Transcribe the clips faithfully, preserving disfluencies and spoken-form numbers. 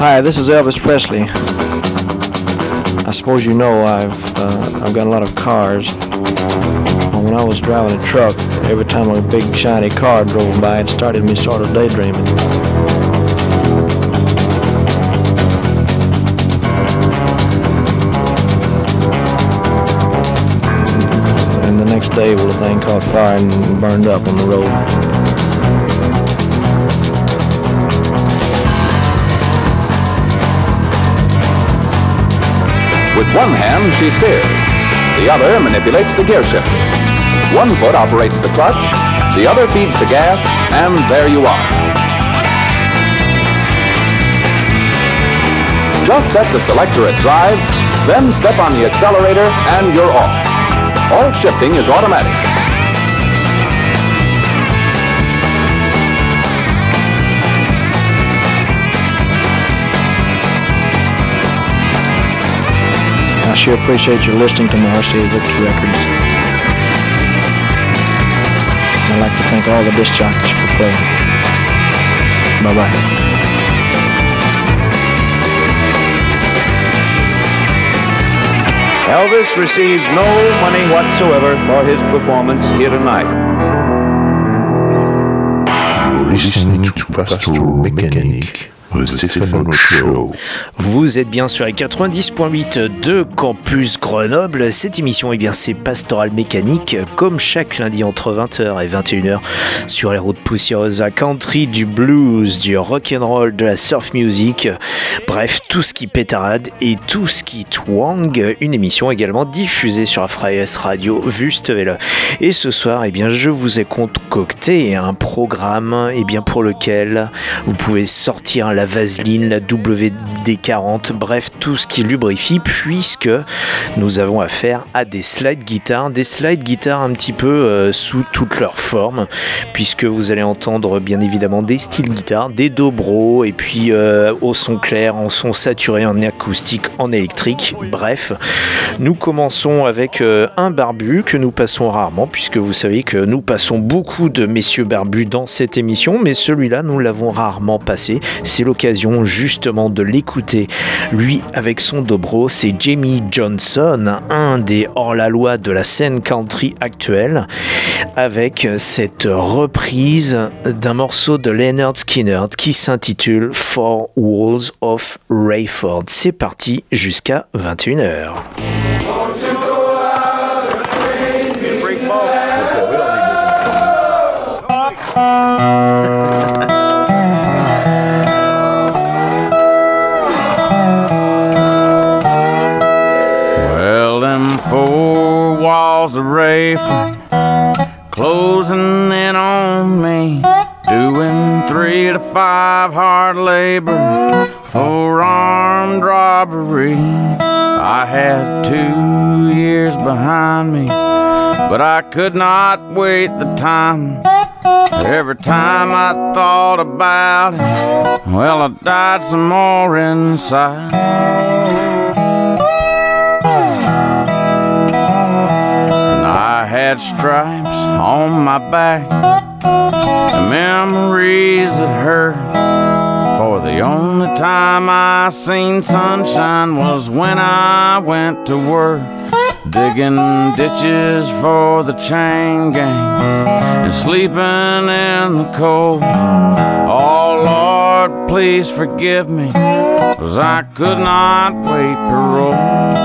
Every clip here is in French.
Hi, this is Elvis Presley. I suppose you know I've uh, I've got a lot of cars. When I was driving a truck, every time a big shiny car drove by, it started me sort of daydreaming. And the next day, well, the thing caught fire and burned up on the road. With one hand, she steers. The other manipulates the gear shifter. One foot operates the clutch, the other feeds the gas, and there you are. Just set the selector at drive, then step on the accelerator, and you're off. All shifting is automatic. I sure appreciate your listening to my R C A Victor records. I'd like to thank all the disc jockeys for playing. Bye-bye. Elvis received no money whatsoever for his performance here tonight. You're listening to Pastoral Mechanic. Show. Vous êtes bien sur les quatre-vingt-dix point huit de Campus Grenoble. Cette émission, eh bien, c'est Pastoral Mécanique, comme chaque lundi entre vingt heures et vingt et une heures sur les routes poussiéreuses à country, du blues, du rock'n'roll, de la surf music, bref, tout ce qui pétarade et tout ce qui twang. Une émission également diffusée sur Freies Radio Wüstewelle. Et ce soir, eh bien, je vous ai concocté un programme, eh bien, pour lequel vous pouvez sortir la vaseline, la W D quarante, bref, tout ce qui lubrifie, puisque nous avons affaire à des slide guitares, des slide guitares un petit peu euh, sous toutes leurs formes, puisque vous allez entendre bien évidemment des styles guitares, des dobro, et puis euh, au son clair, en son saturé, en acoustique, en électrique, bref. Nous commençons avec euh, un barbu que nous passons rarement, puisque vous savez que nous passons beaucoup de messieurs barbus dans cette émission, mais celui-là, nous l'avons rarement passé. C'est l'occasion justement de l'écouter. Lui, avec son dobro, c'est Jamie Johnson, un des hors-la-loi de la scène country actuelle, avec cette reprise d'un morceau de Leonard Skinner qui s'intitule Four Walls of Rayford. C'est parti jusqu'à vingt et une heures. Four walls of Rayford closing in on me, doing three to five hard labor for armed robbery. I had two years behind me, but I could not wait the time. Every time I thought about it, well, I died some more inside. I had stripes on my back, and memories that hurt. For the only time I seen sunshine was when I went to work, digging ditches for the chain gang and sleeping in the cold. Oh Lord, please forgive me, 'cause I could not wait parole.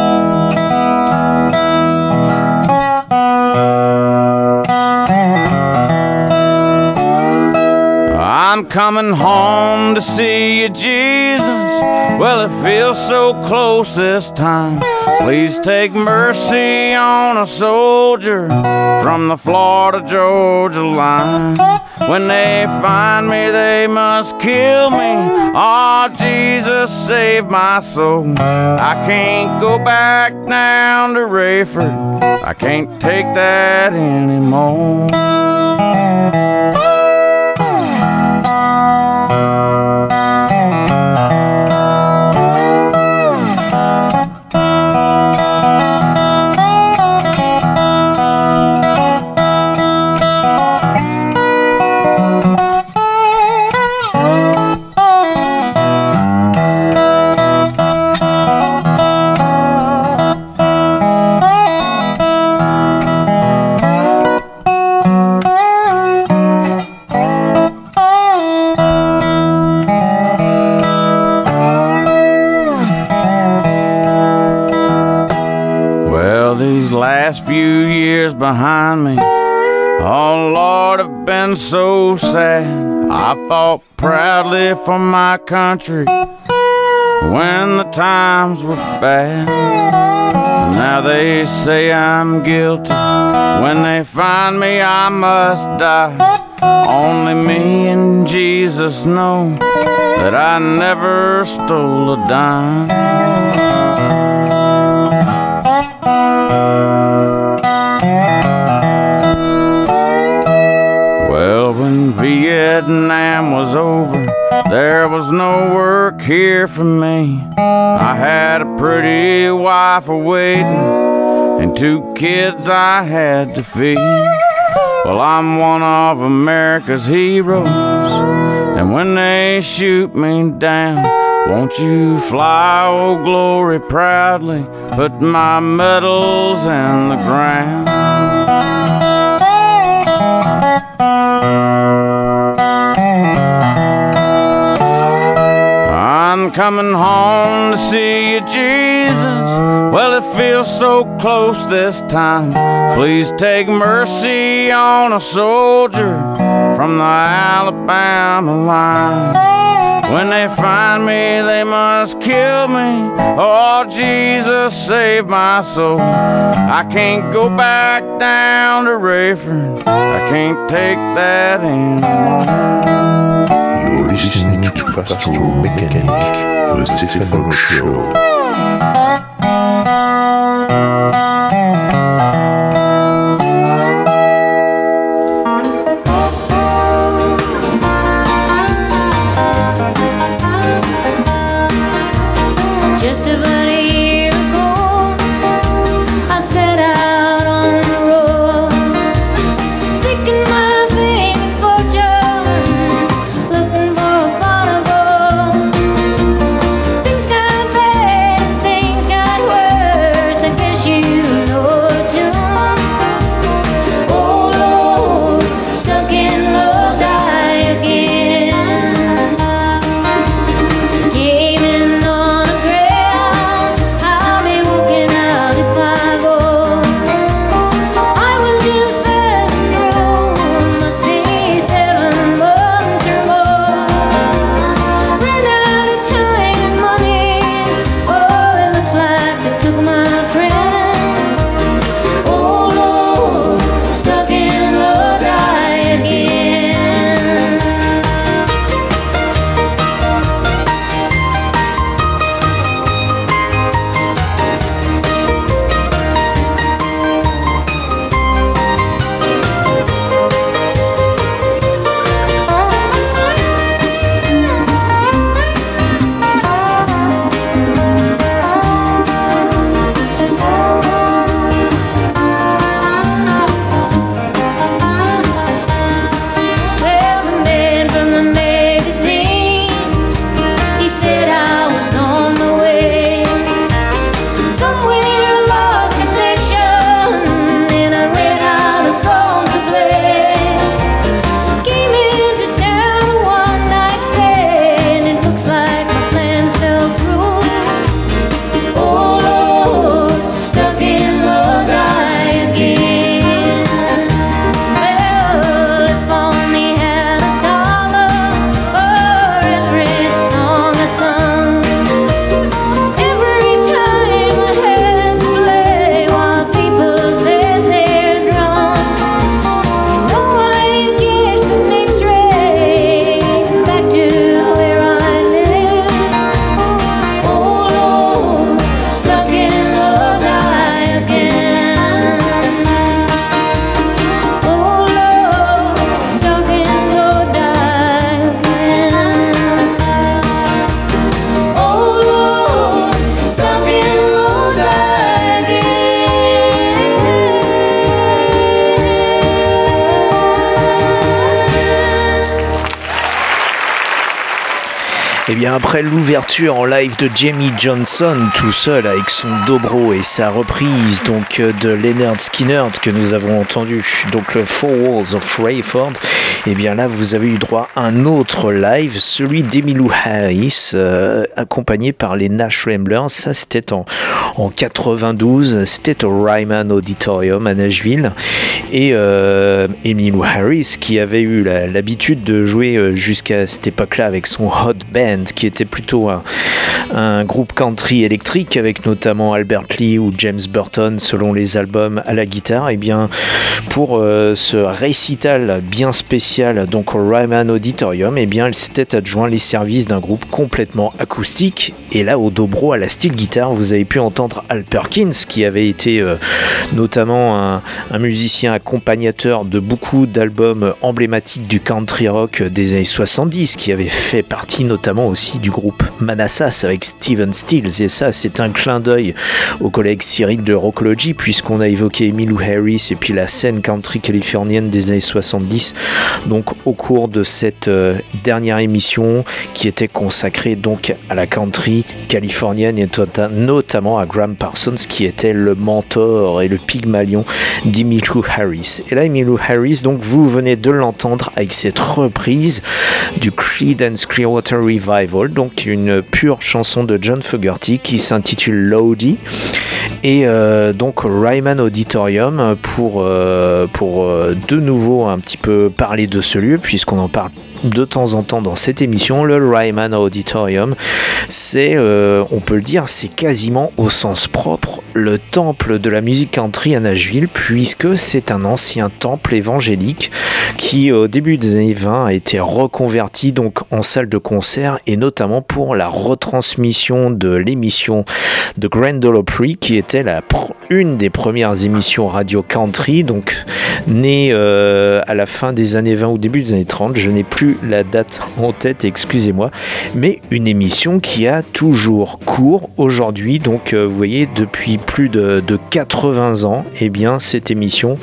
I'm coming home to see you, Jesus. Well, it feels so close this time. Please take mercy on a soldier from the Florida-Georgia line. When they find me, they must kill me. Oh, Jesus, save my soul. I can't go back down to Rayford. I can't take that anymore. last few years behind me, oh Lord, I've been so sad. I fought proudly for my country when the times were bad. Now they say I'm guilty. When they find me, I must die. Only me and Jesus know that I never stole a dime. Well, when Vietnam was over, there was no work here for me. I had a pretty wife awaiting and two kids I had to feed. Well, I'm one of America's heroes, and when they shoot me down, won't you fly, oh glory, proudly, put my medals in the ground. I'm coming home to see you, Jesus. Well, it feels so close this time. Please take mercy on a soldier from the Alabama line. When they find me, they must kill me. Oh, Jesus, save my soul. I can't go back down to Rayford. I can't take that anymore. You're listening to Pastoral Mechanic, the Stefano Show. Things got bad, things got worse. I guess you Et bien après l'ouverture en live de Jamie Johnson tout seul avec son dobro et sa reprise donc de Lynyrd Skynyrd que nous avons entendu, donc le Four Walls of Rayford, et bien là vous avez eu droit à un autre live, celui d'Emmylou Harris euh, accompagné par les Nash Ramblers. Ça c'était en, en quatre-vingt-douze, c'était au Ryman Auditorium à Nashville, et euh, Emmylou Harris qui avait eu la, l'habitude de jouer jusqu'à cette époque là avec son Hot Band qui était plutôt un, un groupe country électrique avec notamment Albert Lee ou James Burton selon les albums à la guitare. Et bien pour euh, ce récital bien spécial donc au Ryman Auditorium, et bien elle s'était adjoint les services d'un groupe complètement acoustique, et là au dobro à la steel guitare vous avez pu entendre Al Perkins qui avait été euh, notamment un, un musicien accompagnateur de beaucoup d'albums emblématiques du country rock des années soixante-dix, qui avait fait partie notamment aussi du groupe Manassas avec Stephen Stills, et ça c'est un clin d'œil au collègue Cyril de Rockology puisqu'on a évoqué Emmylou Harris et puis la scène country californienne des années soixante-dix donc au cours de cette euh, dernière émission qui était consacrée donc à la country californienne et tota, notamment à Graham Parsons qui était le mentor et le pygmalion d'Emmylou Harris. Et là Emmylou Harris, donc vous venez de l'entendre avec cette reprise du Creedence Clearwater Revival, donc une pure chanson de John Fogerty qui s'intitule Lodi, et euh, donc Ryman Auditorium pour, euh, pour euh, de nouveau un petit peu parler de ce lieu puisqu'on en parle de temps en temps dans cette émission. Le Ryman Auditorium, c'est, euh, on peut le dire, c'est quasiment au sens propre le temple de la musique country à Nashville, puisque c'est un ancien temple évangélique qui au début des années vingt a été reconverti donc en salle de concert, et notamment pour la retransmission de l'émission de Grand Ole Opry qui était la pr- une des premières émissions radio country, donc née euh, à la fin des années vingt ou début des années trente, je n'ai plus la date en tête, excusez-moi, mais une émission qui a toujours cours aujourd'hui, donc euh, vous voyez depuis plus de, de quatre-vingts ans, et eh bien cette émission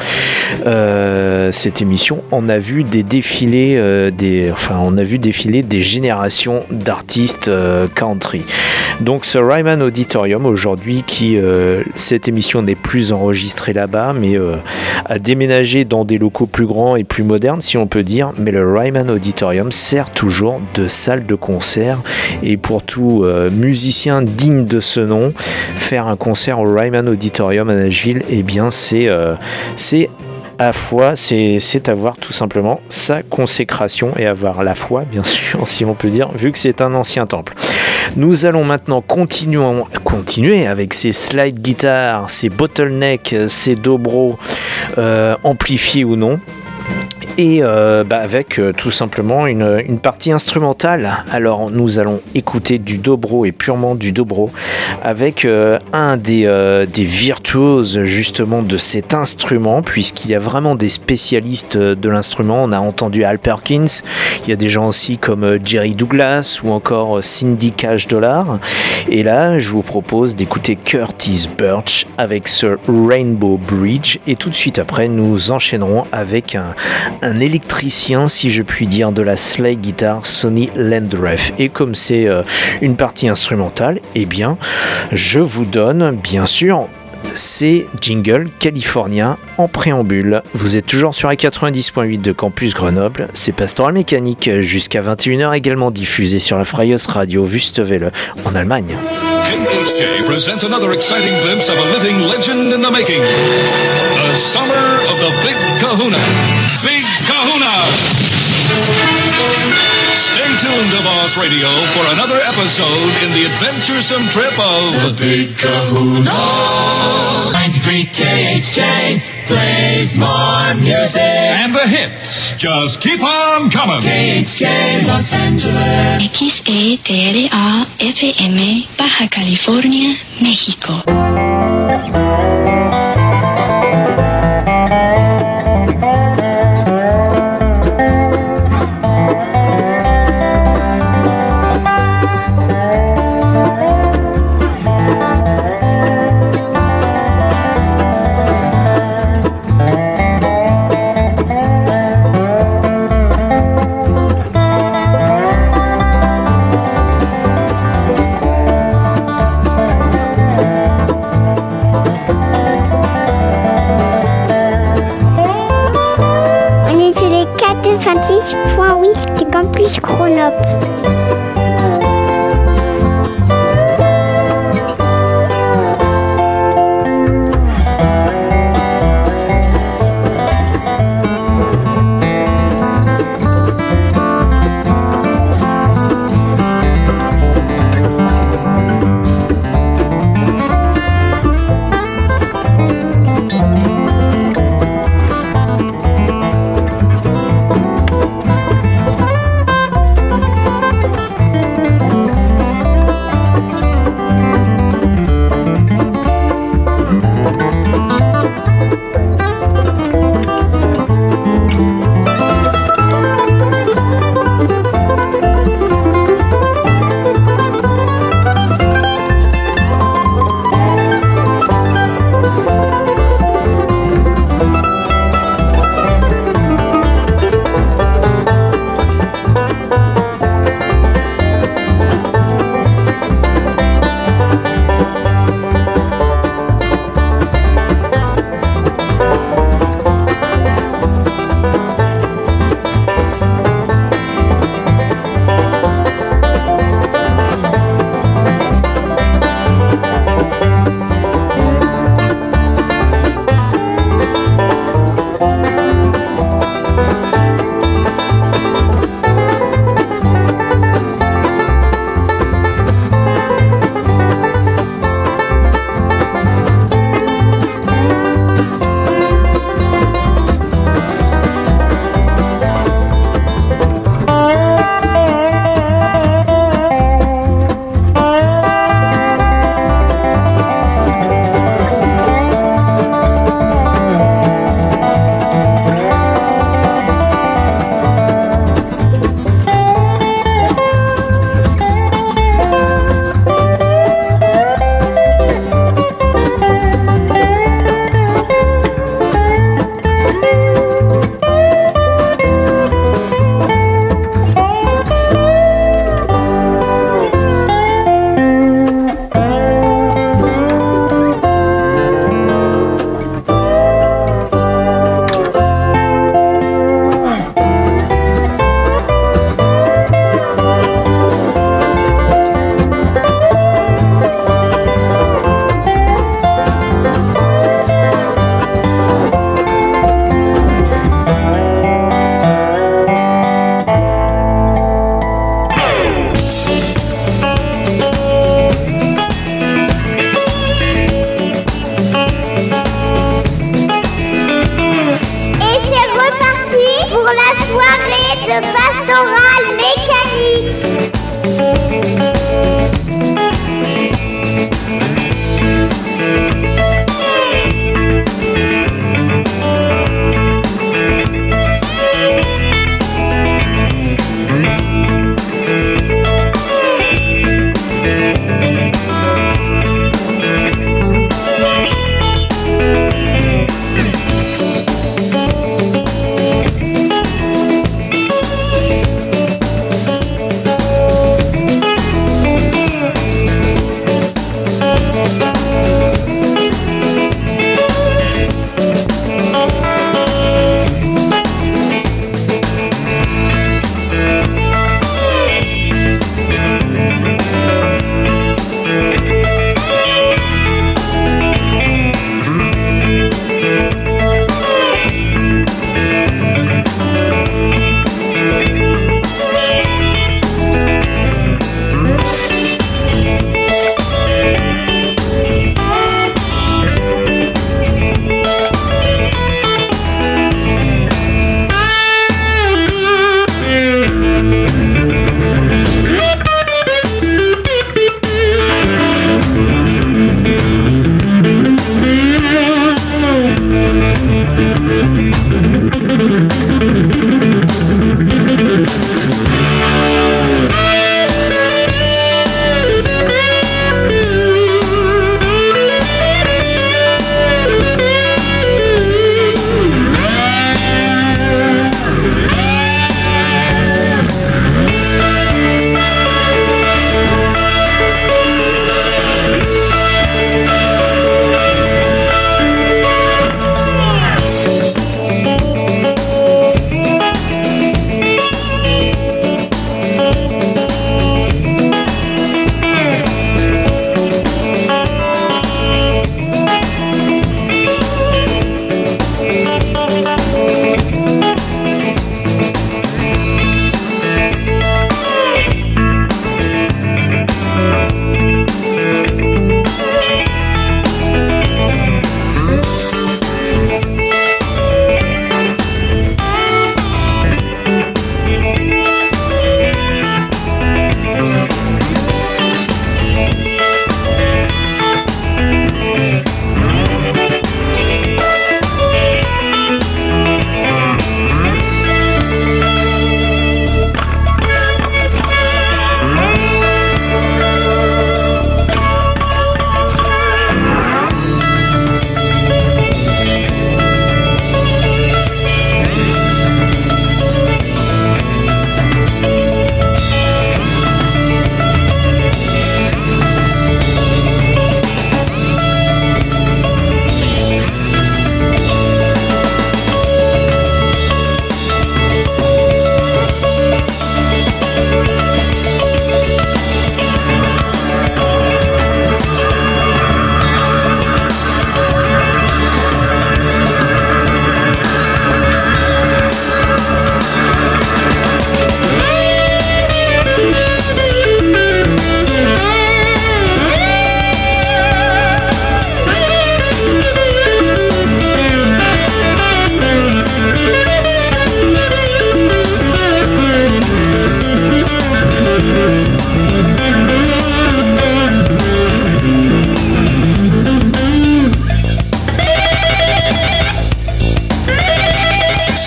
euh, cette émission on a vu des défilés euh, des, enfin on a vu défiler des générations d'artistes euh, country. Donc ce Ryman Auditorium aujourd'hui qui euh, cette émission n'est plus enregistrée là-bas mais euh, a déménagé dans des locaux plus grands et plus modernes si on peut dire, mais le Ryman Auditorium sert toujours de salle de concert, et pour tout euh, musicien digne de ce nom, faire un concert au Ryman Auditorium à Nashville, et eh bien c'est euh, c'est à foi, c'est, c'est avoir tout simplement sa consécration et avoir la foi, bien sûr, si on peut dire, vu que c'est un ancien temple. Nous allons maintenant continuer, continuer avec ces slide guitares, ces bottlenecks, ces dobro euh, amplifiés ou non. Et euh, bah avec euh, tout simplement une, une partie instrumentale. Alors nous allons écouter du dobro et purement du dobro avec euh, un des, euh, des virtuoses justement de cet instrument, puisqu'il y a vraiment des spécialistes de l'instrument. On a entendu Al Perkins, il y a des gens aussi comme Jerry Douglas ou encore Cindy Cash Dollar, et là je vous propose d'écouter Curtis Burch avec ce Rainbow Bridge, et tout de suite après nous enchaînerons avec un un électricien, si je puis dire, de la slide guitar, Sonny Landreth. Et comme c'est euh, une partie instrumentale, eh bien, je vous donne, bien sûr, ces jingles californiens en préambule. Vous êtes toujours sur la quatre-vingt-dix point huit de Campus Grenoble, c'est Pastoral Mécanique jusqu'à vingt et une heures, également diffusé sur la Freies Radio Wüstewelle en Allemagne. K H K presents another exciting glimpse of a living legend in the making. The summer of the Big Kahuna. Big Kahuna! Stay tuned to Boss Radio for another episode in the adventuresome trip of the Big Kahuna. ninety-three K H K plays more music. And the hits just keep on coming. K H K Los Angeles. X E T R A F M Baja California, México. quatre-vingt-dix point huit du campus Grenoble.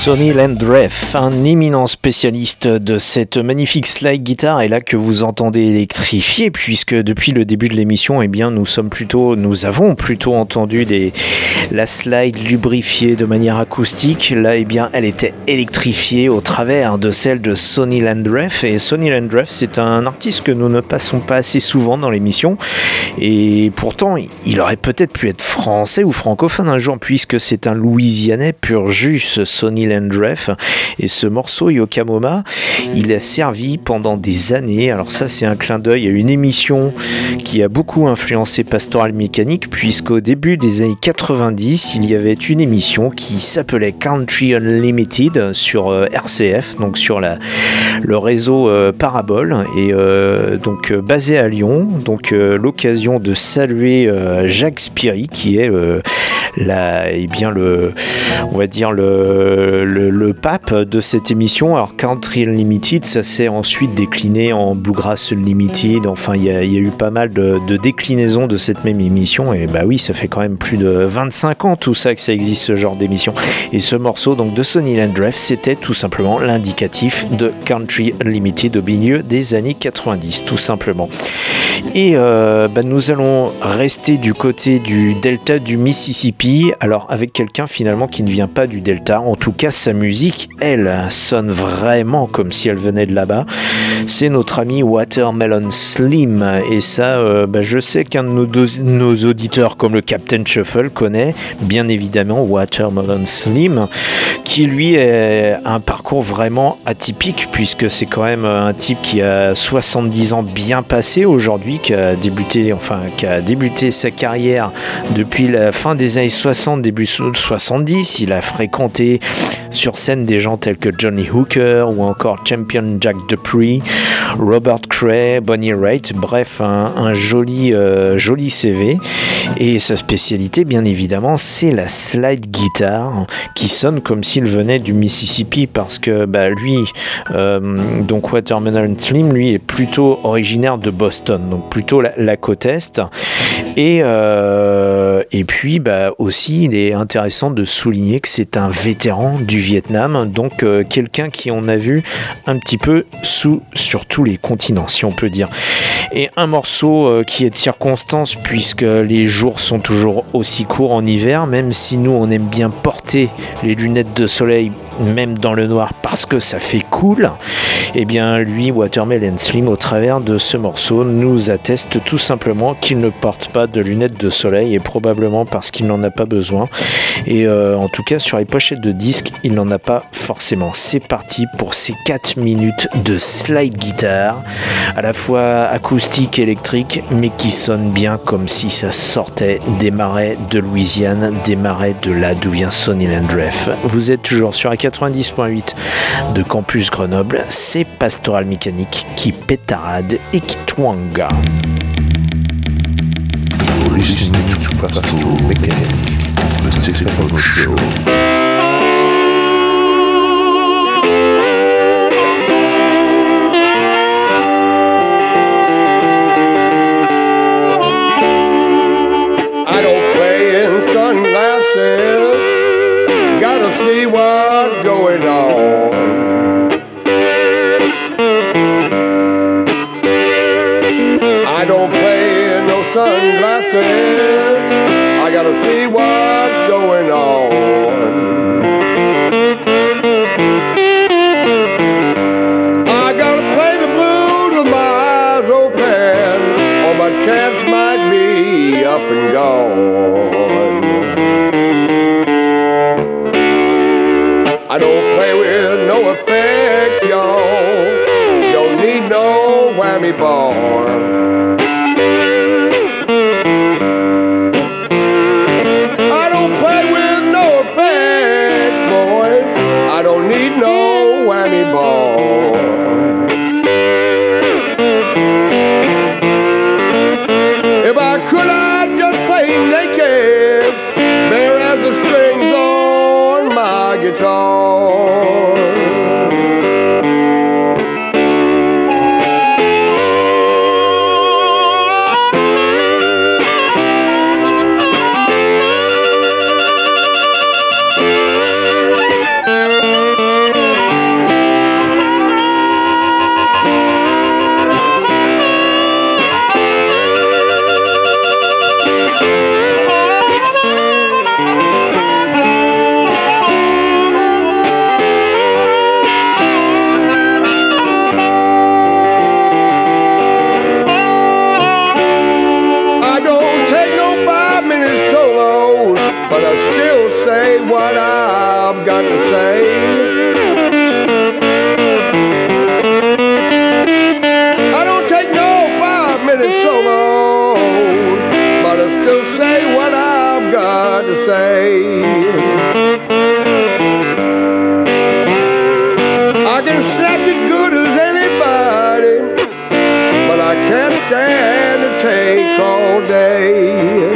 Sonny Landreth, un éminent spécialiste de cette magnifique slide guitare, et là que vous entendez électrifier, puisque depuis le début de l'émission, eh bien, nous sommes plutôt, nous avons plutôt entendu des, la slide lubrifiée de manière acoustique. Là, eh bien, elle était électrifiée au travers de celle de Sonny Landreth. Et Sonny Landreth, c'est un artiste que nous ne passons pas assez souvent dans l'émission, et pourtant, il aurait peut-être pu être français ou francophone un jour, puisque c'est un Louisianais pur jus, Sonny Landreth, et ce morceau Yokamoma, il a servi pendant des années. Alors ça, c'est un clin d'œil à une émission qui a beaucoup influencé Pastoral Mécanique, puisqu'au début des années quatre-vingt-dix, il y avait une émission qui s'appelait Country Unlimited sur euh, R C F, donc sur la, le réseau euh, Parabole, et euh, donc euh, basé à Lyon. Donc euh, l'occasion de saluer euh, Jacques Spiri, qui est euh, la, eh bien le, on va dire le, le, le pape de cette émission. Alors Country Unlimited, ça s'est ensuite décliné en Bluegrass Unlimited. Enfin, il y, y a eu pas mal de, de déclinaisons de cette même émission. Et bah oui, ça fait quand même plus de vingt-cinq ans tout ça que ça existe, ce genre d'émission. Et ce morceau donc de Sonny Landreth, c'était tout simplement l'indicatif de Country Unlimited au milieu des années quatre-vingt-dix, tout simplement. Et euh, bah, nous allons rester du côté du delta du Mississippi, alors avec quelqu'un finalement qui ne vient pas du delta. En tout cas, sa musique, elle, sonne vraiment comme si elle venait de là-bas. C'est notre ami Watermelon Slim, et ça, euh, bah, je sais qu'un de nos, nos auditeurs comme le Captain Shuffle connaît bien évidemment Watermelon Slim, qui lui a un parcours vraiment atypique, puisque c'est quand même un type qui a soixante-dix ans bien passé aujourd'hui, qui a débuté, enfin, qui a débuté sa carrière depuis la fin des années soixante, début soixante-dix. Il a fréquenté sur scène des gens tels que Johnny Hooker ou encore Champion Jack Dupree, Robert Cray, Bonnie Raitt, bref, un, un joli, euh, joli C V. Et sa spécialité, bien évidemment, c'est la slide guitare, qui sonne comme s'il venait du Mississippi, parce que bah, lui, euh, donc Watermelon Slim, lui est plutôt originaire de Boston, donc plutôt la, la côte est. Et, euh, et puis bah, aussi, il est intéressant de souligner que c'est un vétéran du Vietnam, donc euh, quelqu'un qui on a vu un petit peu sous, sur tous les continents, si on peut dire. Et un morceau euh, qui est de circonstance, puisque les jours sont toujours aussi courts en hiver, même si nous on aime bien porter les lunettes de soleil même dans le noir parce que ça fait cool. Et bien lui, Watermelon Slim, au travers de ce morceau, nous atteste tout simplement qu'il ne porte pas de lunettes de soleil, et probablement parce qu'il n'en a pas besoin. Et euh, en tout cas sur les pochettes de disques, il n'en a pas forcément. C'est parti pour ces quatre minutes de slide guitare, à la fois acoustique et électrique, mais qui sonne bien comme si ça sortait des marais de Louisiane, des marais de là d'où vient Sonny Landreth. Vous êtes toujours sur la quatre-vingt-dix point huit de Campus Grenoble, c'est Pastoral Mécanique qui pétarade et qui twanga. You're listening to Pastoral Mécanique, the Stéphane Show. I don't play in sunglasses, gotta see what's going on. I don't play in no sunglasses, I gotta see what's going on. I gotta play the blues with my eyes open, or my chance might be up and gone. I don't play with no effect, y'all. Don't need no whammy bar. I don't play with no got to say. I don't take no five minute solos, but I still say what I've got to say. I can snatch it good as anybody, but I can't stand to take all day.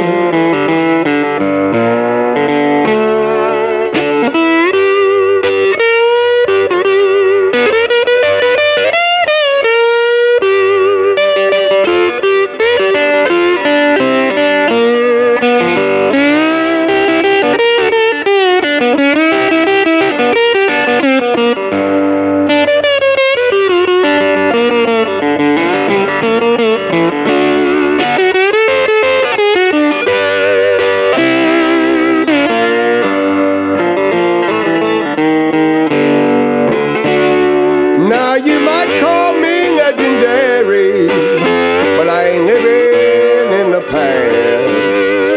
Now you might call me legendary, but I ain't living in the past.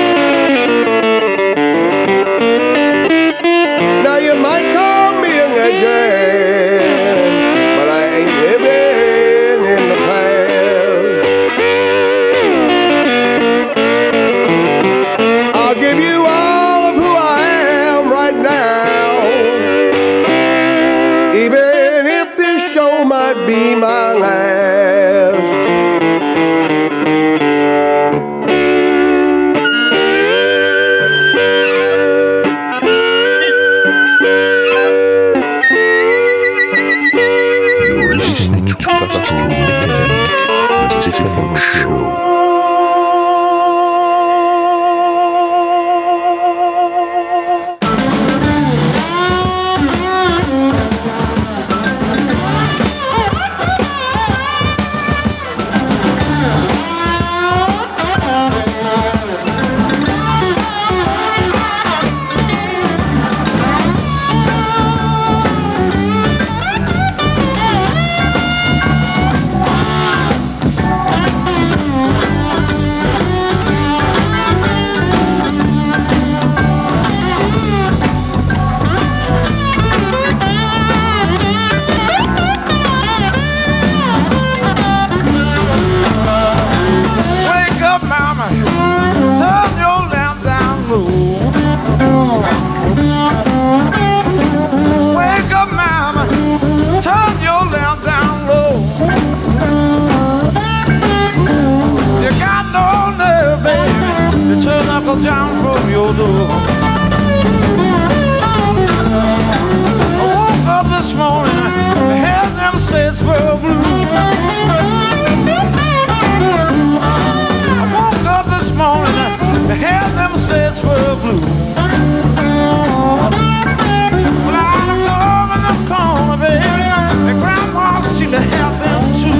Now you might call me a legend, but I ain't living in the past. I'll give you all of who I am right now, even if this show might be my last. You're listening to Pastor Mechanic, the Stephen Show. Wake up, mama, turn your lamp down low. Wake up, mama, turn your lamp down low. You got no nerve, baby, to turn knuckle down from your door. I woke up this morning, the hair them states were blue. I woke up this morning, the hair them states were blue. Well, I looked over the corner, baby, and grandma seemed to have them too.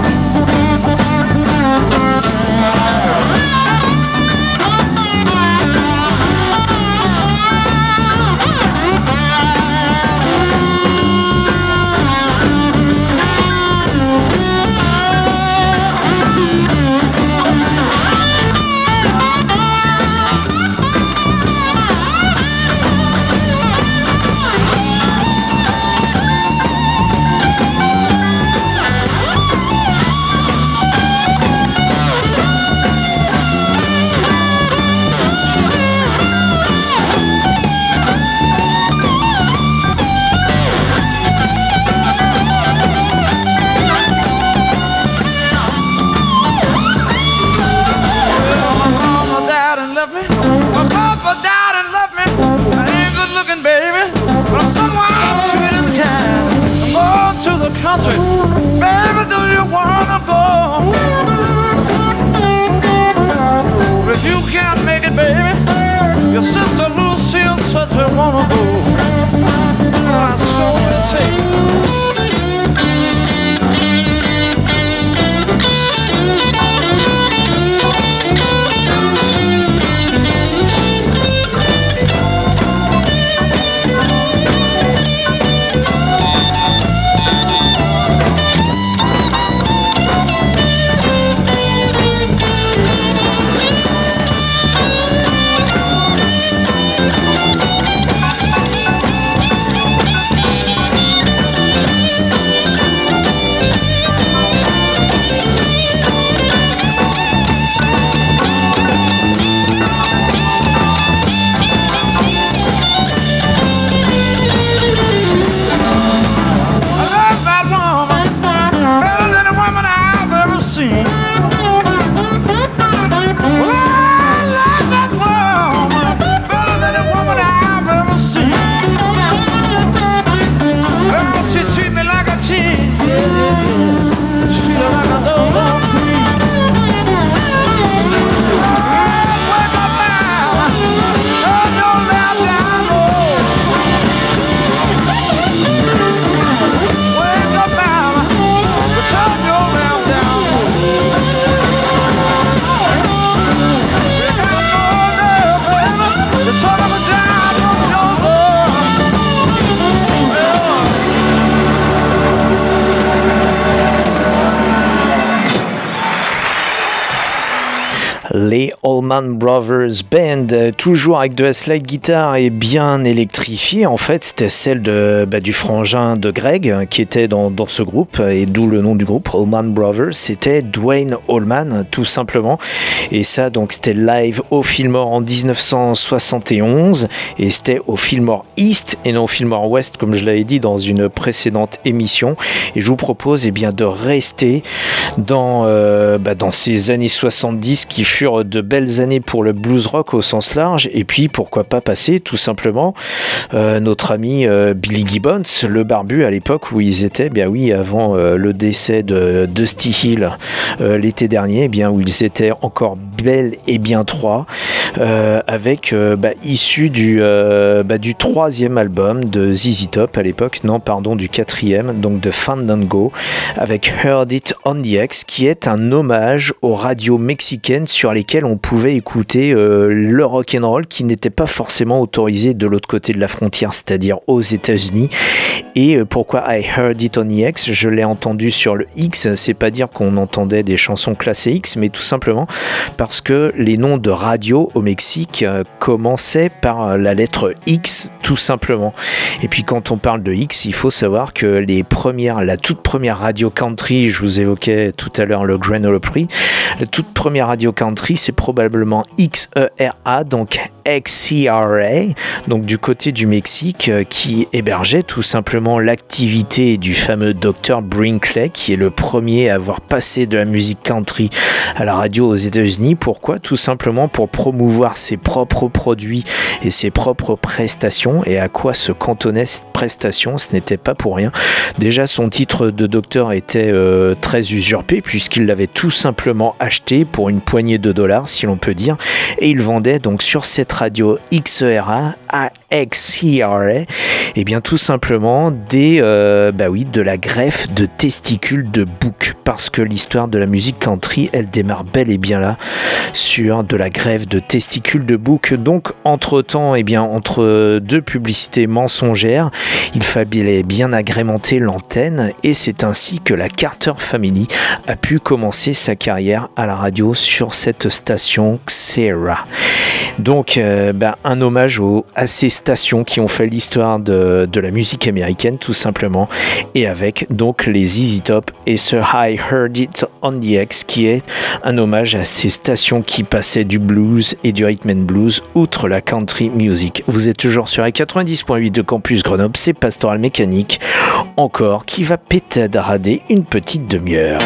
Les Allman Brothers Band, toujours avec de la slide guitare et bien électrifiée. En fait, c'était celle de, bah, du frangin de Greg qui était dans, dans ce groupe, et d'où le nom du groupe, Allman Brothers. C'était Duane Allman, tout simplement. Et ça, donc, c'était live au Fillmore en dix-neuf cent soixante et onze, et c'était au Fillmore East et non au Fillmore West, comme je l'avais dit dans une précédente émission. Et je vous propose eh bien, de rester dans, euh, bah, dans ces années soixante-dix qui furent de belles années pour le blues rock au sens large, et puis pourquoi pas passer tout simplement euh, notre ami euh, Billy Gibbons, le barbu, à l'époque où ils étaient, bien oui, avant euh, le décès de Dusty Hill euh, l'été dernier, bien où ils étaient encore belles et bien trois, euh, avec euh, bah, issu du, euh, bah, du troisième album de Z Z Top à l'époque, non pardon du quatrième, donc de Fandango, avec Heard It on the X, qui est un hommage aux radios mexicaines sur lesquelles on pouvait écouter euh, le rock'n'roll qui n'était pas forcément autorisé de l'autre côté de la frontière, c'est-à-dire aux États-Unis. Et euh, pourquoi I Heard It on the X, je l'ai entendu sur le X, c'est pas dire qu'on entendait des chansons classées X, mais tout simplement parce que les noms de radio au Mexique euh, commençaient par la lettre X, tout simplement. Et puis quand on parle de X, il faut savoir que les premières, la toute première radio country, je vous évoquais tout à l'heure le Grand Ole Opry, la toute première radio country, c'est probablement X E R A, donc X C R A, donc du côté du Mexique, euh, qui hébergeait tout simplement l'activité du fameux docteur Brinkley, qui est le premier à avoir passé de la musique country à la radio aux États-Unis. Pourquoi ? Tout simplement pour promouvoir ses propres produits et ses propres prestations. Et à quoi se cantonnait cette prestation ? Ce n'était pas pour rien. Déjà, son titre de docteur était euh, très usurpé, puisqu'il l'avait tout simplement acheté pour une poignée de dollars, si l'on peut dire, et il vendait donc sur cette radio X E R A, à X C R A, et bien tout simplement des, euh, bah oui, de la greffe de testicules de bouc, parce que l'histoire de la musique country, elle démarre bel et bien là, sur de la greffe de testicules de bouc. Donc entre temps, et bien entre deux publicités mensongères, il fallait bien agrémenter l'antenne, et c'est ainsi que la Carter Family a pu commencer sa carrière à la radio sur cette station X E R A. Donc euh, bah, un hommage aux, à ces stations qui ont fait l'histoire de, de la musique américaine, tout simplement, et avec donc les Z Z Top et ce I Heard It on the X, qui est un hommage à ces stations qui passaient du blues et du rhythm and blues outre la country music. Vous êtes toujours sur quatre-vingt-dix point huit de Campus Grenoble, c'est Pastoral Mécanique, encore, qui va pétadrader une petite demi-heure.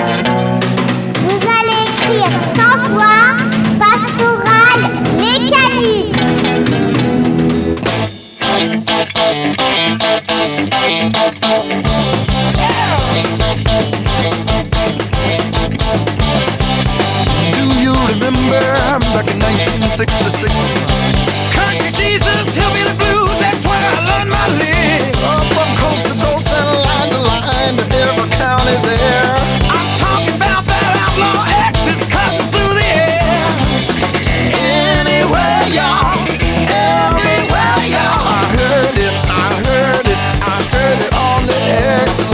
Vous allez écrire cent fois Pastoral Mécanique. Do you remember back in nineteen sixty-six? Country Jesus, hillbilly blues, that's where I learned my lick. Up from coast to coast and line to line to every county there. I'm talking about that outlaw X's cutting through the air. Anywhere, y'all, everywhere, y'all. I heard it, I heard it, I heard it on the X.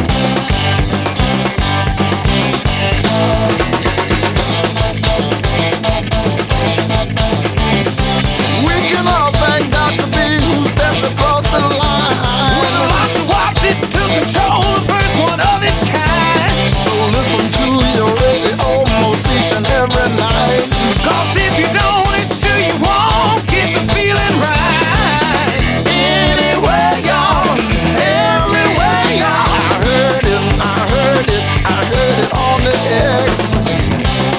We can all thank Doctor B who stepped across the line. With lots of watch it to control, the first one of its kind. So listen to your radio almost each and every night. Cause if you don't, it's sure you won't get the feeling right. Anywhere, y'all, everywhere, y'all. I heard it, I heard it, I heard it on the X.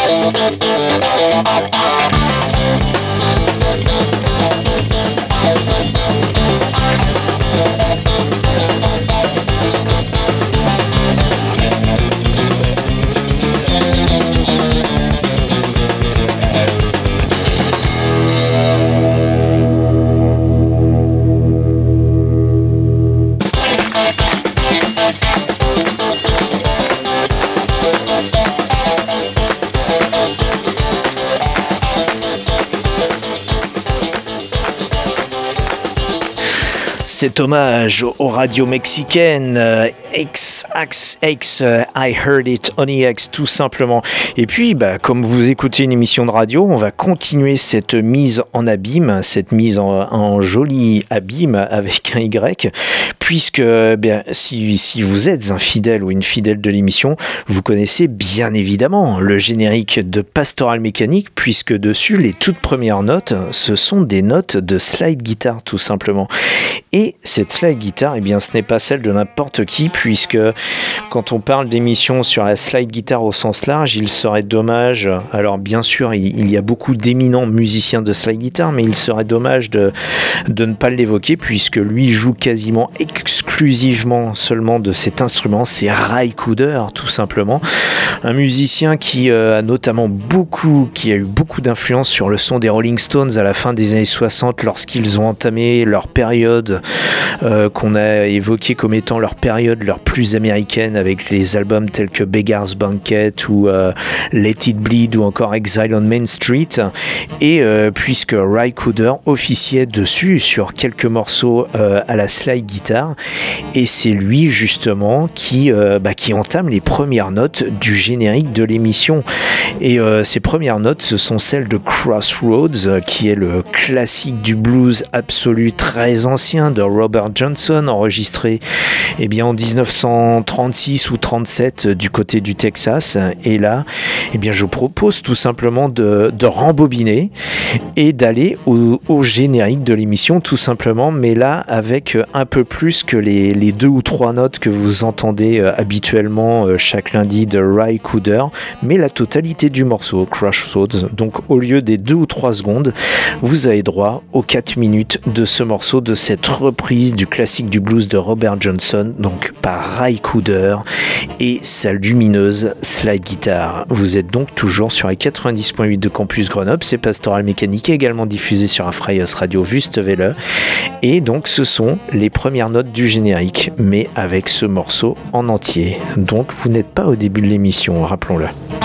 Cet hommage aux radios mexicaines, euh, X X X, euh, I Heard It on E X, tout simplement. Et puis, bah, comme vous écoutez une émission de radio, on va continuer cette mise en abîme, cette mise en, en joli abîme avec un Y, puisque bien, si, si vous êtes un fidèle ou une fidèle de l'émission, vous connaissez bien évidemment le générique de Pastoral Mécanique, puisque dessus, les toutes premières notes, ce sont des notes de slide guitar, tout simplement. Et cette slide guitar, eh bien, ce n'est pas celle de n'importe qui, puisque quand on parle d'émissions sur la slide guitar au sens large, il serait dommage, alors bien sûr, il, il y a beaucoup d'éminents musiciens de slide guitar, mais il serait dommage de, de ne pas l'évoquer, puisque lui joue quasiment exclusivement seulement de cet instrument, c'est Ry Cooder, tout simplement. Un musicien qui euh, a notamment beaucoup, qui a eu beaucoup d'influence sur le son des Rolling Stones à la fin des années soixante, lorsqu'ils ont entamé leur période Euh, qu'on a évoqué comme étant leur période leur plus américaine, avec les albums tels que Beggar's Banquet ou euh, Let It Bleed ou encore Exile on Main Street, et euh, puisque Ry Cooder officiait dessus sur quelques morceaux euh, à la slide guitar, et c'est lui justement qui, euh, bah, qui entame les premières notes du générique de l'émission, et euh, ces premières notes, ce sont celles de Crossroads, euh, qui est le classique du blues absolu très ancien de Robert Johnson, enregistré eh bien, en dix-neuf cent trente-six ou trente-sept du côté du Texas. Et là, eh bien, je propose tout simplement de, de rembobiner et d'aller au, au générique de l'émission, tout simplement, mais là avec un peu plus que les, les deux ou trois notes que vous entendez euh, habituellement euh, chaque lundi de Ry Cooder, mais la totalité du morceau, Crossroads. Donc au lieu des deux ou trois secondes, vous avez droit aux quatre minutes de ce morceau, de cette reprise du classique du blues de Robert Johnson, donc par Ry Cooder et sa lumineuse slide guitar. Vous êtes donc toujours sur les quatre-vingt-dix point huit de Campus Grenoble, c'est Pastoral Mécanique, également diffusé sur Afraios Radio Wüstewelle, et donc ce sont les premières notes du générique, mais avec ce morceau en entier. Donc vous n'êtes pas au début de l'émission, rappelons-le.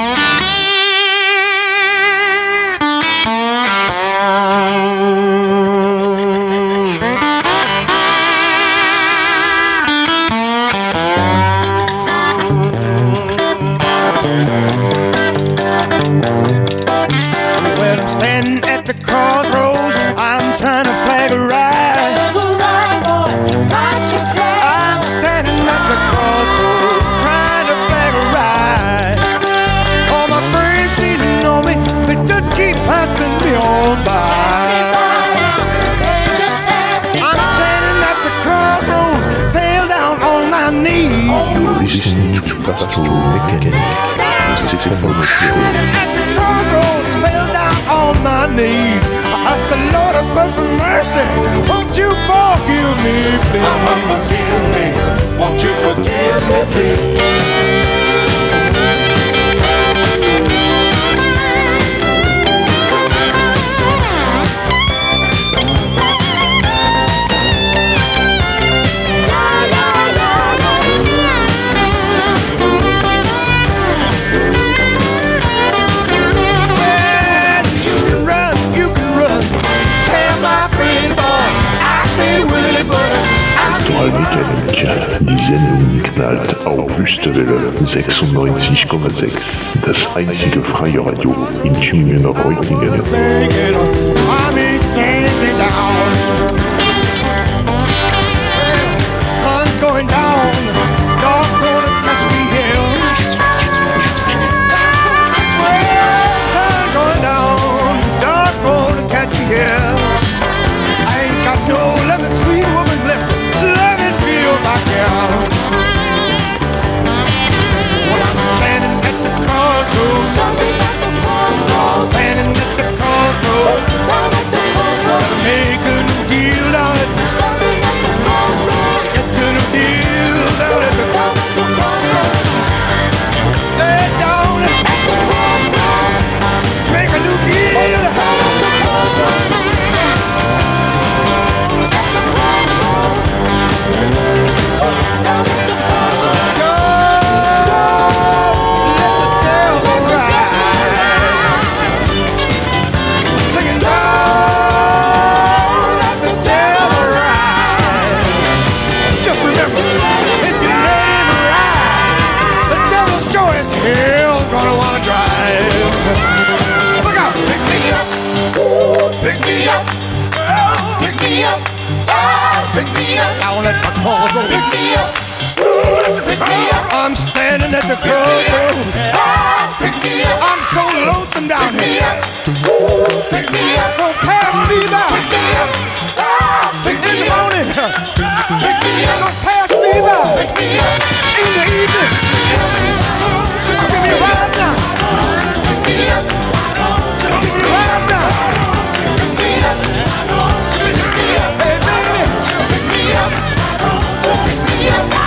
Listening to Pastoral Mécanique with Stéphane Show. Fell down on my knees. I asked the Lord above for mercy. Won't you forgive me, please? Mama, forgive me. Won't you forgive me, please? Pastoral Mécanique, die Sendung knallt auf Wüstewelle sechsundneunzig Komma sechs, das einzige freie Radio in Tübingen und Reutlingen. Something like the as hell gonna wanna drive. Look out! Pick me up, pick me up, oh, pick me up, oh, pick me up. Now let my car go. Pick me up, pick me up. I'm standing at the crossroads. Oh, pick me up. I'm so lonesome down pick here. Pick me up, don't pass me by. Pick me up, oh, pick in the morning. Pick me up, don't pass me by. Pick me up in the evening. Give me a ride now. Pick me up. Give me a ride now. Pick me up. Pick me up. Hey baby. Pick me up. Pick me up. Pick me up.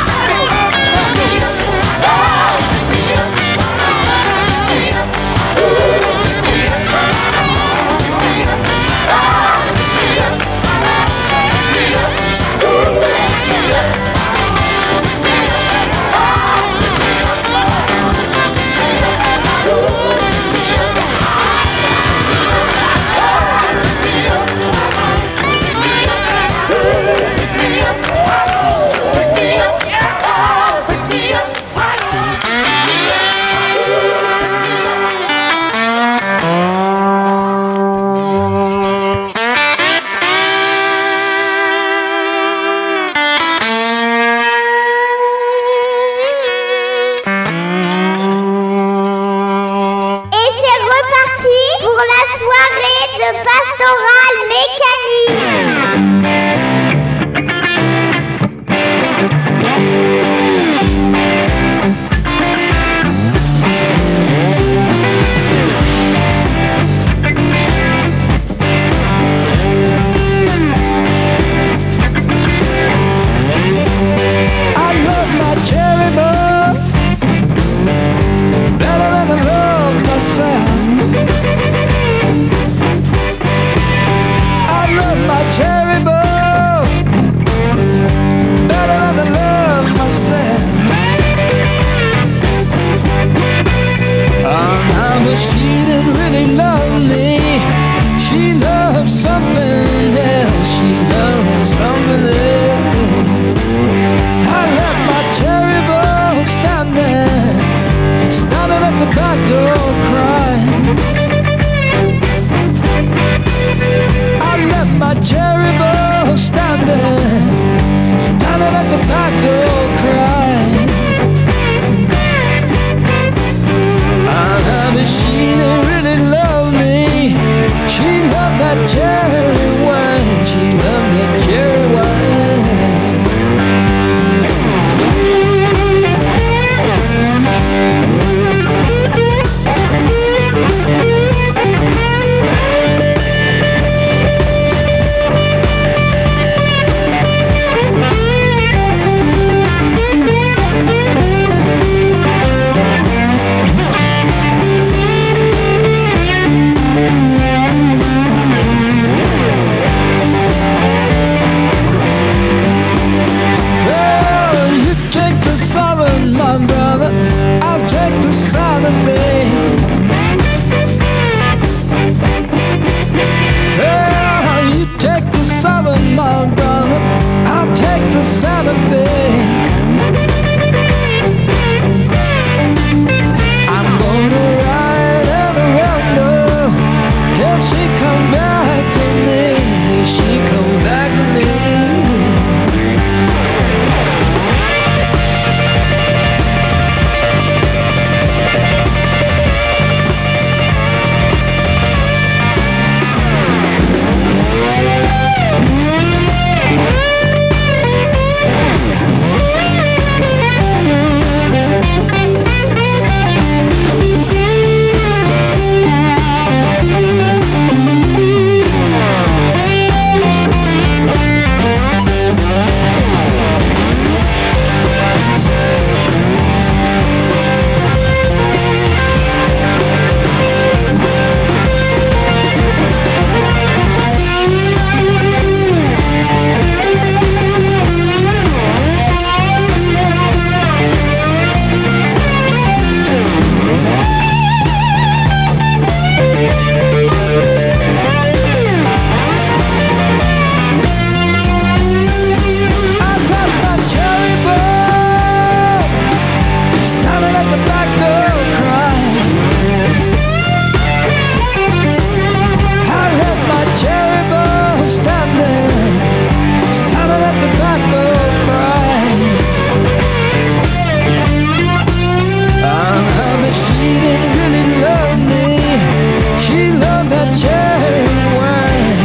she didn't really love me. She loved that cherry wine.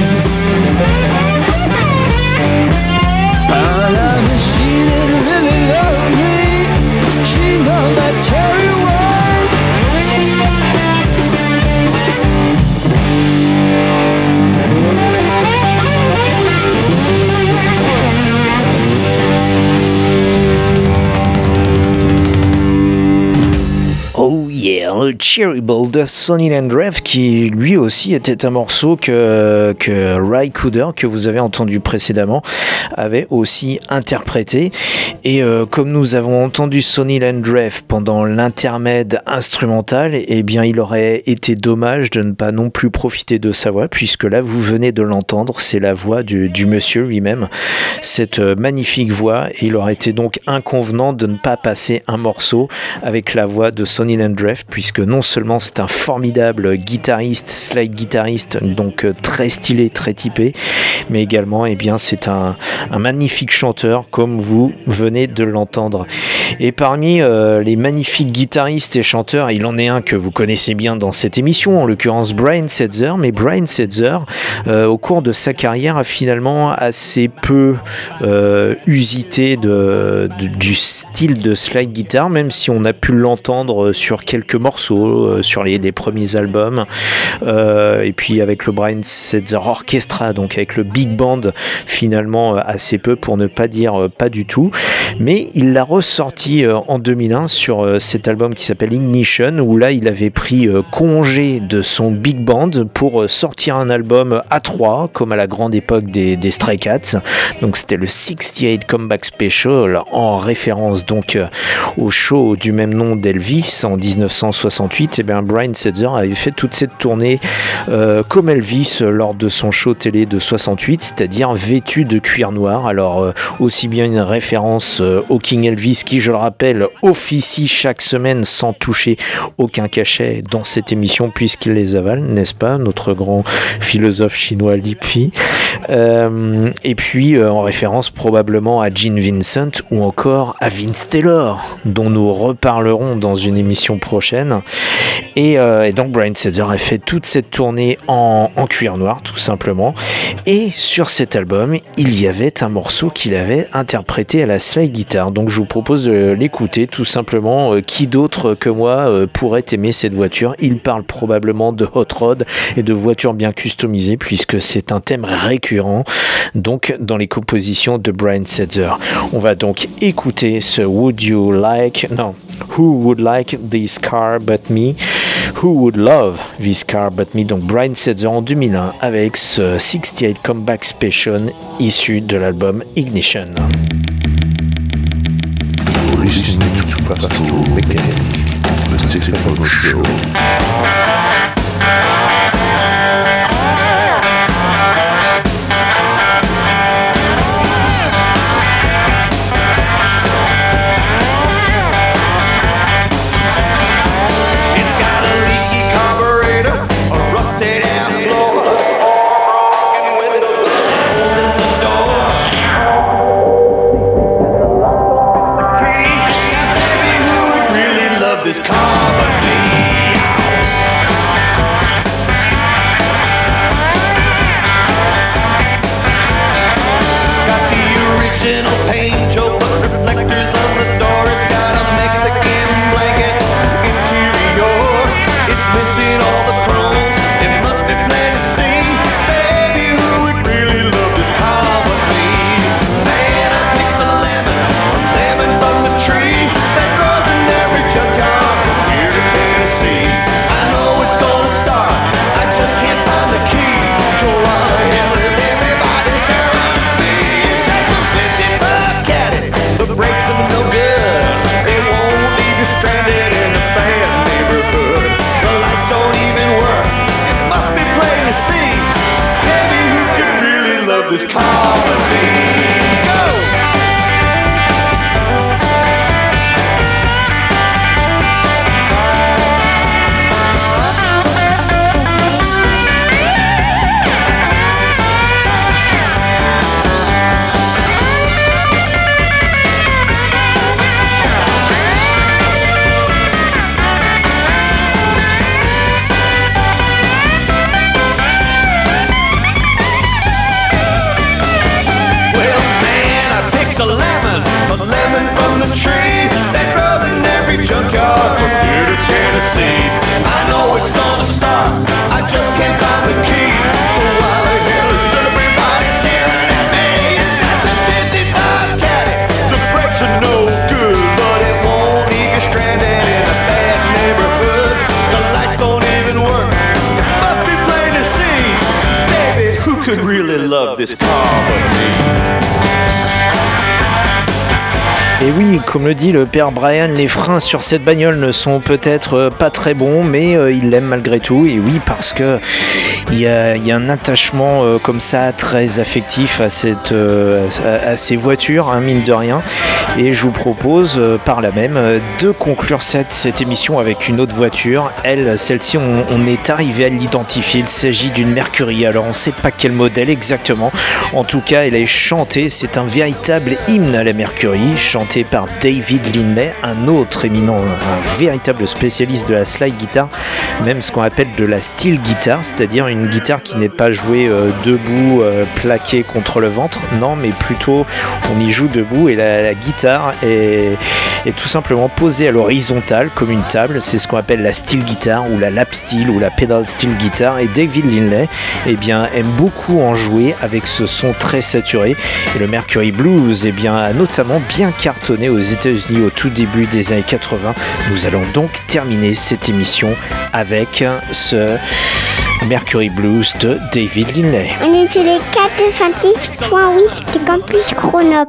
But I mean, she didn't really love me. She loved that cherry wine. Oh yeah, le Cherry Ball de Sonny Landreth, qui lui aussi était un morceau que, que Ry Cooder, que vous avez entendu précédemment, avait aussi interprété. Et euh, comme nous avons entendu Sonny Landreth pendant l'intermède instrumental, eh bien il aurait été dommage de ne pas non plus profiter de sa voix, puisque là vous venez de l'entendre, c'est la voix du, du monsieur lui-même, cette magnifique voix, et il aurait été donc inconvenant de ne pas passer un morceau avec la voix de Sonny Landreth, puisque non seulement c'est un formidable guitariste, slide guitariste, donc très stylé, très typé, mais également eh bien, c'est un, un magnifique chanteur, comme vous venez de l'entendre. Et parmi euh, les magnifiques guitaristes et chanteurs, il en est un que vous connaissez bien dans cette émission, en l'occurrence Brian Setzer, mais Brian Setzer, euh, au cours de sa carrière, a finalement assez peu euh, usité de, de, du style de slide guitar, même si on a pu l'entendre sur quelques morceaux, euh, sur les des premiers albums, euh, et puis avec le Brian Setzer Orchestra, donc avec le big band, finalement euh, assez peu, pour ne pas dire euh, pas du tout, mais il l'a ressorti euh, en deux mille un sur euh, cet album qui s'appelle Ignition, où là il avait pris euh, congé de son big band pour euh, sortir un album à trois, comme à la grande époque des, des Stray Cats, donc c'était le soixante-dix-huit Comeback Special, en référence donc euh, au show du même nom d'Elvis en dix-neuf cent soixante-huit. Et bien Brian Setzer avait fait toute cette tournée euh, comme Elvis euh, lors de son show télé de soixante-huit, c'est-à-dire vêtu de cuir noir. Alors euh, aussi bien une référence euh, au King Elvis, qui je le rappelle officie chaque semaine sans toucher aucun cachet dans cette émission puisqu'il les avale, n'est-ce pas, notre grand philosophe chinois Lipfi, euh, et puis euh, en référence probablement à Gene Vincent ou encore à Vince Taylor, dont nous reparlerons dans une émission prochaine. Et, euh, et donc Brian Setzer a fait toute cette tournée en, en cuir noir, tout simplement, et sur cet album il y avait un morceau qu'il avait interprété à la slide guitar, donc je vous propose de l'écouter tout simplement. Euh, qui d'autre que moi euh, pourrait aimer cette voiture? Il parle probablement de hot rod et de voitures bien customisées, puisque c'est un thème récurrent donc dans les compositions de Brian Setzer. On va donc écouter ce Would You Like, non, Who Would Like This Car But Me, Who Would Love This Car But Me, donc Brian Setzer en deux mille un avec ce soixante-dix-huit Comeback Special issu de l'album Ignition. You're listening to Pastoral Mechanic, the Stephen Show. This car but me. Got the original paint job, but reflectors on the door. It's got a Mexican blanket interior. It's missing all the chrome. It must be plain to see. Baby, who would really love this car but me? Man, I picked a lemon, a lemon from the tree that grows in every junkyard. This car with me. Go! this car but me. Et oui, comme le dit le père Brian, les freins sur cette bagnole ne sont peut-être pas très bons, mais euh, il l'aime malgré tout. Et oui, parce que il y a, y a un attachement euh, comme ça très affectif à, cette, euh, à, à ces voitures, hein, mine de rien. Et je vous propose euh, par là même euh, de conclure cette, cette émission avec une autre voiture. Elle, celle-ci, on, on est arrivé à l'identifier. Il s'agit d'une Mercury. Alors on ne sait pas quel modèle exactement. En tout cas, elle est chantée. C'est un véritable hymne à la Mercury, chanté par David Lindley, un autre éminent, un véritable spécialiste de la slide guitar, même ce qu'on appelle de la steel guitar, c'est-à-dire une guitare qui n'est pas jouée euh, debout, euh, plaquée contre le ventre, non, mais plutôt on y joue debout et la, la guitare est, est tout simplement posée à l'horizontale comme une table. C'est ce qu'on appelle la steel guitar ou la lap steel ou la pedal steel guitar, et David Lindley eh bien, aime beaucoup en jouer avec ce son très saturé, et le Mercury Blues eh bien, a notamment bien cartonné aux États-Unis au tout début des années quatre-vingts. Nous allons donc terminer cette émission avec ce Mercury Blues de David Lindley. On est sur les quatre-vingt-dix point huit du campus Grenoble.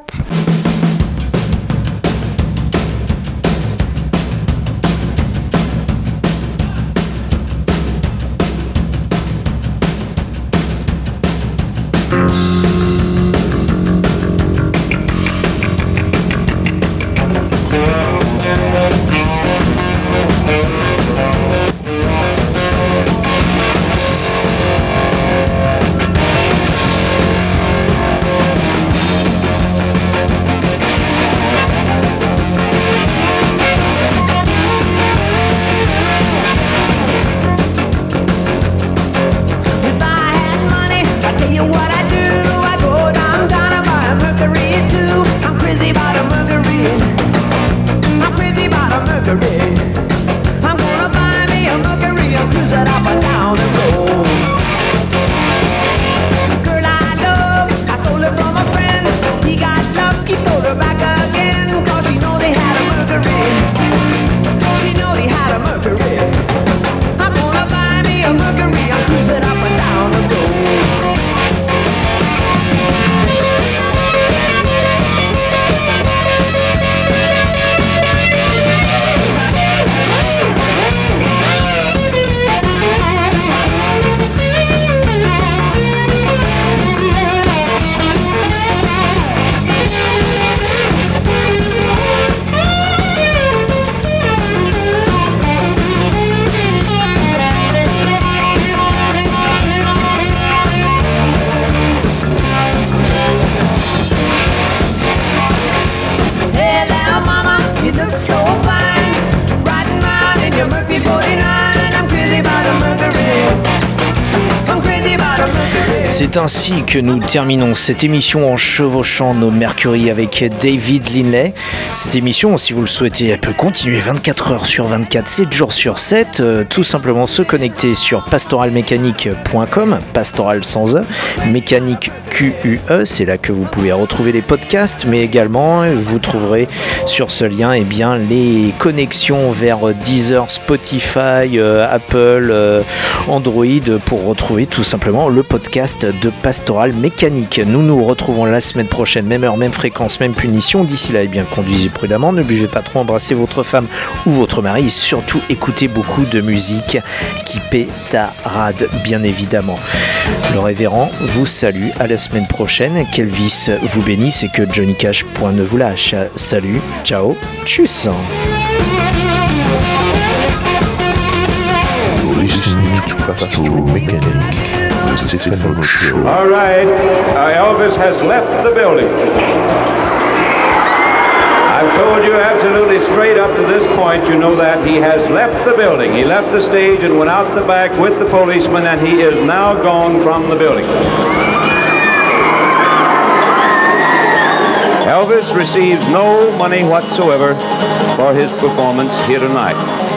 C'est ainsi que nous terminons cette émission en chevauchant nos Mercury avec David Lindley. Cette émission, si vous le souhaitez, elle peut continuer vingt-quatre heures sur vingt-quatre, sept jours sur sept. Euh, tout simplement se connecter sur pastoral mécanique point com, pastoral sans E, mécanique Q U E, c'est là que vous pouvez retrouver les podcasts, mais également vous trouverez sur ce lien eh bien, les connexions vers Deezer, Spotify, euh, Apple, euh, Android pour retrouver tout simplement le podcast de Pastoral Mécanique. Nous nous retrouvons la semaine prochaine, même heure, même fréquence, même punition. D'ici là, eh bien, conduisez prudemment, ne buvez pas trop, embrassez votre femme ou votre mari et surtout écoutez beaucoup de musique qui pétarade, bien évidemment. Le révérend vous salue, à la semaine prochaine, qu'Elvis vous bénisse et que Johnny Cash point ne vous lâche. Salut, ciao, tchuss. Listening to Pastoral Mechanic, the Stephen Show. All right, uh, Elvis has left the building. I've told you absolutely straight up to this point, you know that he has left the building. He left the stage and went out the back with the policeman, and he is now gone from the building. Elvis receives no money whatsoever for his performance here tonight.